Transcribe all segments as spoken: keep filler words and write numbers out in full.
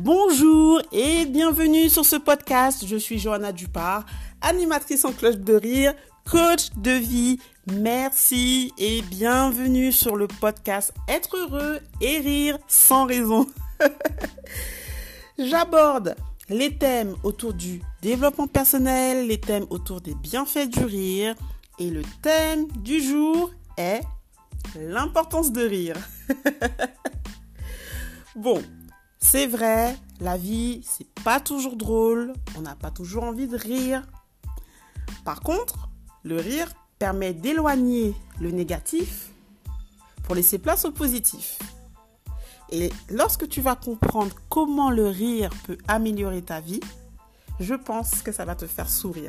Bonjour et bienvenue sur ce podcast. Je suis Johanna Dupart, animatrice en cloche de rire, coach de vie. Merci et bienvenue sur le podcast Être heureux et rire sans raison. J'aborde les thèmes autour du développement personnel, les thèmes autour des bienfaits du rire et le thème du jour est l'importance de rire. Bon, c'est vrai, la vie, c'est pas toujours drôle, on n'a pas toujours envie de rire. Par contre, le rire permet d'éloigner le négatif pour laisser place au positif. Et lorsque tu vas comprendre comment le rire peut améliorer ta vie, je pense que ça va te faire sourire.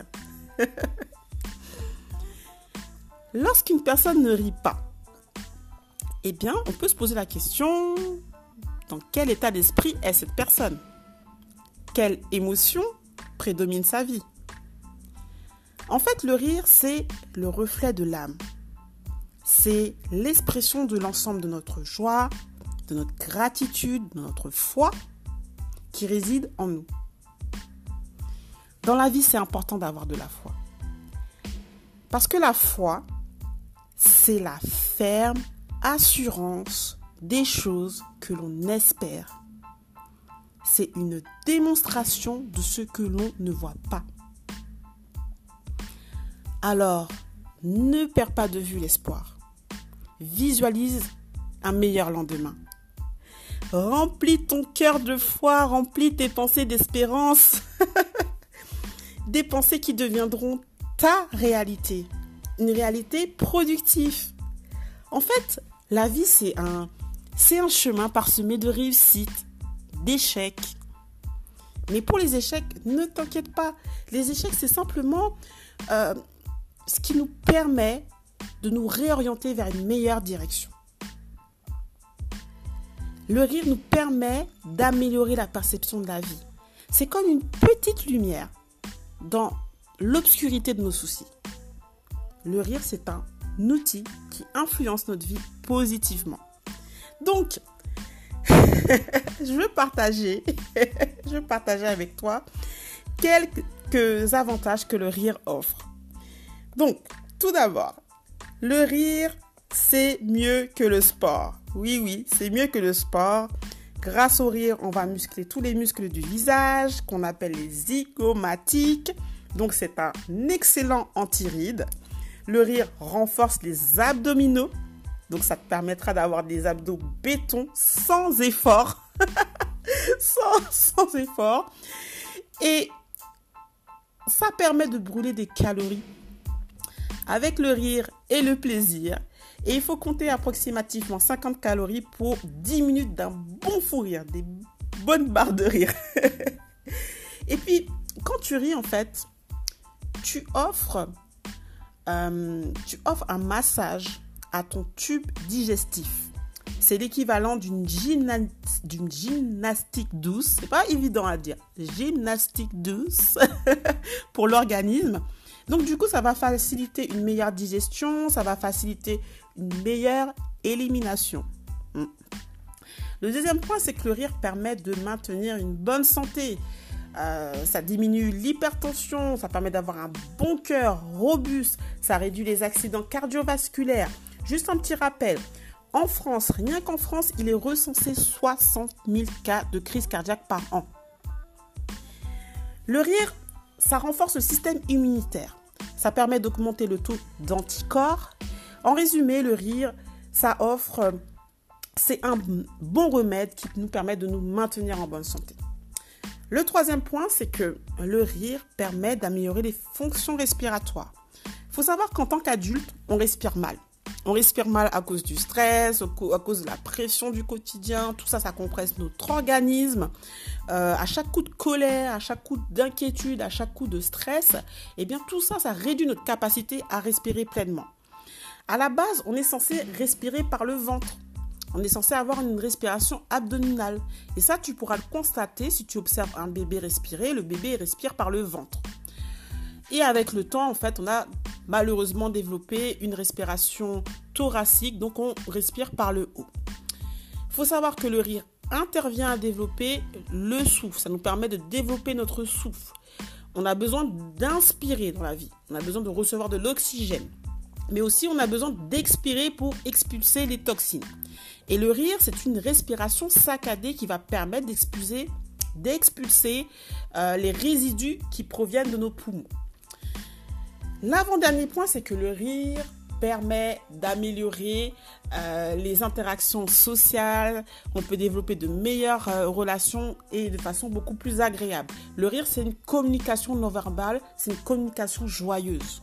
Lorsqu'une personne ne rit pas, eh bien, on peut se poser la question, dans quel état d'esprit est cette personne? Quelle émotion prédomine sa vie? En fait, le rire, c'est le reflet de l'âme. C'est l'expression de l'ensemble de notre joie, de notre gratitude, de notre foi qui réside en nous. Dans la vie, c'est important d'avoir de la foi. Parce que la foi, c'est la ferme assurance des choses que l'on espère. C'est une démonstration de ce que l'on ne voit pas. Alors, ne perds pas de vue l'espoir. Visualise un meilleur lendemain. Remplis ton cœur de foi, remplis tes pensées d'espérance. Des pensées qui deviendront ta réalité. Une réalité productive. En fait, la vie, c'est un, c'est un chemin parsemé de réussites, d'échecs. Mais pour les échecs, ne t'inquiète pas. Les échecs, c'est simplement euh, ce qui nous permet de nous réorienter vers une meilleure direction. Le rire nous permet d'améliorer la perception de la vie. C'est comme une petite lumière dans l'obscurité de nos soucis. Le rire, c'est un outil qui influence notre vie positivement. Donc, je veux partager, je veux partager avec toi quelques avantages que le rire offre. Donc, tout d'abord, le rire, c'est mieux que le sport. Oui, oui, c'est mieux que le sport. Grâce au rire, on va muscler tous les muscles du visage, qu'on appelle les zygomatiques. Donc, c'est un excellent anti-rides. Le rire renforce les abdominaux. Donc, ça te permettra d'avoir des abdos béton sans effort. sans, sans effort. Et ça permet de brûler des calories avec le rire et le plaisir. Et il faut compter approximativement cinquante calories pour dix minutes d'un bon fou rire, des bonnes barres de rire. Et puis, quand tu ris, en fait, tu offres, euh, tu offres un massage à ton tube digestif. C'est l'équivalent d'une, gymna- d'une gymnastique douce. C'est pas évident à dire. Gymnastique douce pour l'organisme. Donc, du coup, ça va faciliter une meilleure digestion, ça va faciliter une meilleure élimination. Mm. Le deuxième point, c'est que le rire permet de maintenir une bonne santé. Euh, ça diminue l'hypertension, ça permet d'avoir un bon cœur robuste, ça réduit les accidents cardiovasculaires. Juste un petit rappel, en France, rien qu'en France, il est recensé soixante mille cas de crise cardiaque par an. Le rire, ça renforce le système immunitaire. Ça permet d'augmenter le taux d'anticorps. En résumé, le rire, ça offre, c'est un bon remède qui nous permet de nous maintenir en bonne santé. Le troisième point, c'est que le rire permet d'améliorer les fonctions respiratoires. Il faut savoir qu'en tant qu'adulte, on respire mal. On respire mal à cause du stress, à cause de la pression du quotidien. Tout ça, ça compresse notre organisme. Euh, à chaque coup de colère, à chaque coup d'inquiétude, à chaque coup de stress, eh bien, tout ça, ça réduit notre capacité à respirer pleinement. À la base, on est censé respirer par le ventre. On est censé avoir une respiration abdominale. Et ça, tu pourras le constater si tu observes un bébé respirer. Le bébé respire par le ventre. Et avec le temps, en fait, on a malheureusement développé une respiration thoracique. Donc, on respire par le haut. Il faut savoir que le rire intervient à développer le souffle. Ça nous permet de développer notre souffle. On a besoin d'inspirer dans la vie. On a besoin de recevoir de l'oxygène. Mais aussi, on a besoin d'expirer pour expulser les toxines. Et le rire, c'est une respiration saccadée qui va permettre d'expulser, d'expulser euh, les résidus qui proviennent de nos poumons. L'avant-dernier point, c'est que le rire permet d'améliorer euh, les interactions sociales. On peut développer de meilleures euh, relations et de façon beaucoup plus agréable. Le rire, c'est une communication non verbale, c'est une communication joyeuse.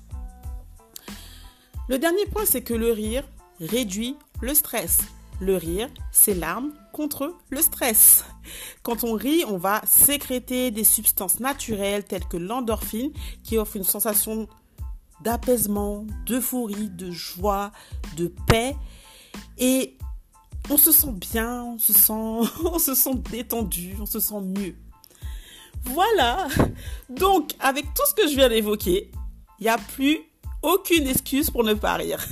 Le dernier point, c'est que le rire réduit le stress. Le rire, c'est l'arme contre le stress. Quand on rit, on va sécréter des substances naturelles telles que l'endorphine qui offre une sensation d'apaisement, d'euphorie, de joie, de paix. Et on se sent bien, on se sent, on se sent détendu, on se sent mieux. Voilà. Donc, avec tout ce que je viens d'évoquer, il n'y a plus aucune excuse pour ne pas rire.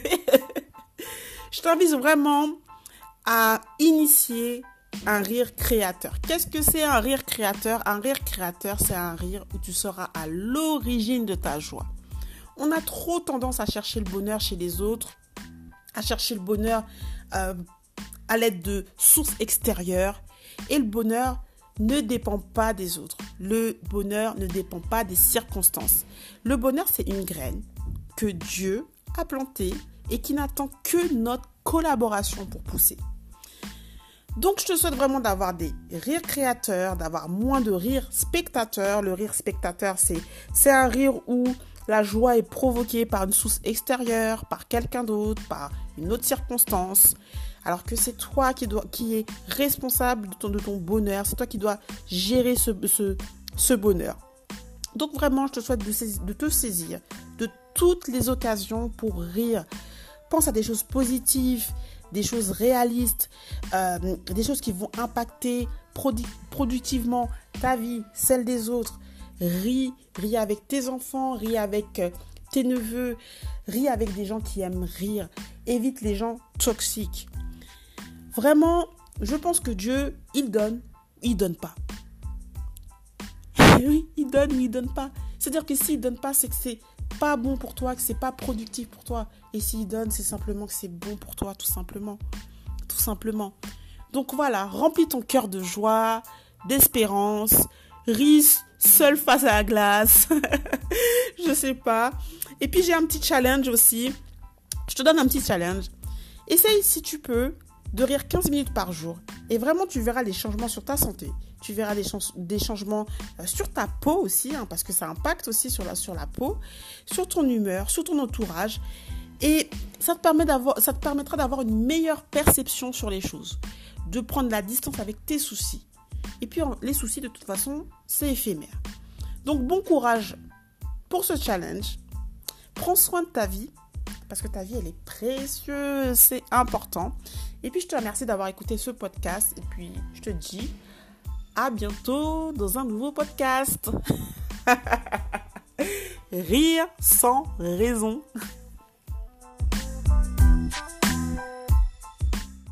Je t'invite vraiment à initier un rire créateur. Qu'est-ce que c'est un rire créateur? Un rire créateur, c'est un rire où tu seras à l'origine de ta joie. On a trop tendance à chercher le bonheur chez les autres, à chercher le bonheur euh, à l'aide de sources extérieures. Et le bonheur ne dépend pas des autres. Le bonheur ne dépend pas des circonstances. Le bonheur, c'est une graine que Dieu a plantée et qui n'attend que notre collaboration pour pousser. Donc, je te souhaite vraiment d'avoir des rires créateurs, d'avoir moins de rires spectateurs. Le rire spectateur, c'est, c'est un rire où la joie est provoquée par une source extérieure, par quelqu'un d'autre, par une autre circonstance. Alors que c'est toi qui, dois, qui est responsable de ton, de ton bonheur. C'est toi qui dois gérer ce, ce, ce bonheur. Donc vraiment, je te souhaite de, saisir, de te saisir de toutes les occasions pour rire. Pense à des choses positives, des choses réalistes, euh, des choses qui vont impacter produ- productivement ta vie, celle des autres. Ris, ris avec tes enfants, ris avec euh, tes neveux, ris avec des gens qui aiment rire. Évite les gens toxiques. Vraiment, je pense que Dieu, il donne, il donne pas. Oui, il donne ou il donne pas. C'est-à-dire que s'il donne pas, c'est que c'est pas bon pour toi, que c'est pas productif pour toi. Et s'il donne, c'est simplement que c'est bon pour toi, tout simplement. Tout simplement. Donc voilà, remplis ton cœur de joie, d'espérance, ris seul face à la glace. Je sais pas. Et puis j'ai un petit challenge aussi. Je te donne un petit challenge. Essaye si tu peux de rire quinze minutes par jour. Et vraiment, tu verras les changements sur ta santé. Tu verras des, ch- des changements euh, sur ta peau aussi, hein, parce que ça impacte aussi sur la, sur la peau, sur ton humeur, sur ton entourage. Et ça te, permet d'avoir, ça te permettra d'avoir une meilleure perception sur les choses, de prendre la distance avec tes soucis. Et puis, les soucis, de toute façon, c'est éphémère. Donc, bon courage pour ce challenge. Prends soin de ta vie, parce que ta vie, elle est précieuse, c'est important. Et puis, je te remercie d'avoir écouté ce podcast. Et puis, je te dis à bientôt dans un nouveau podcast. Rire sans raison.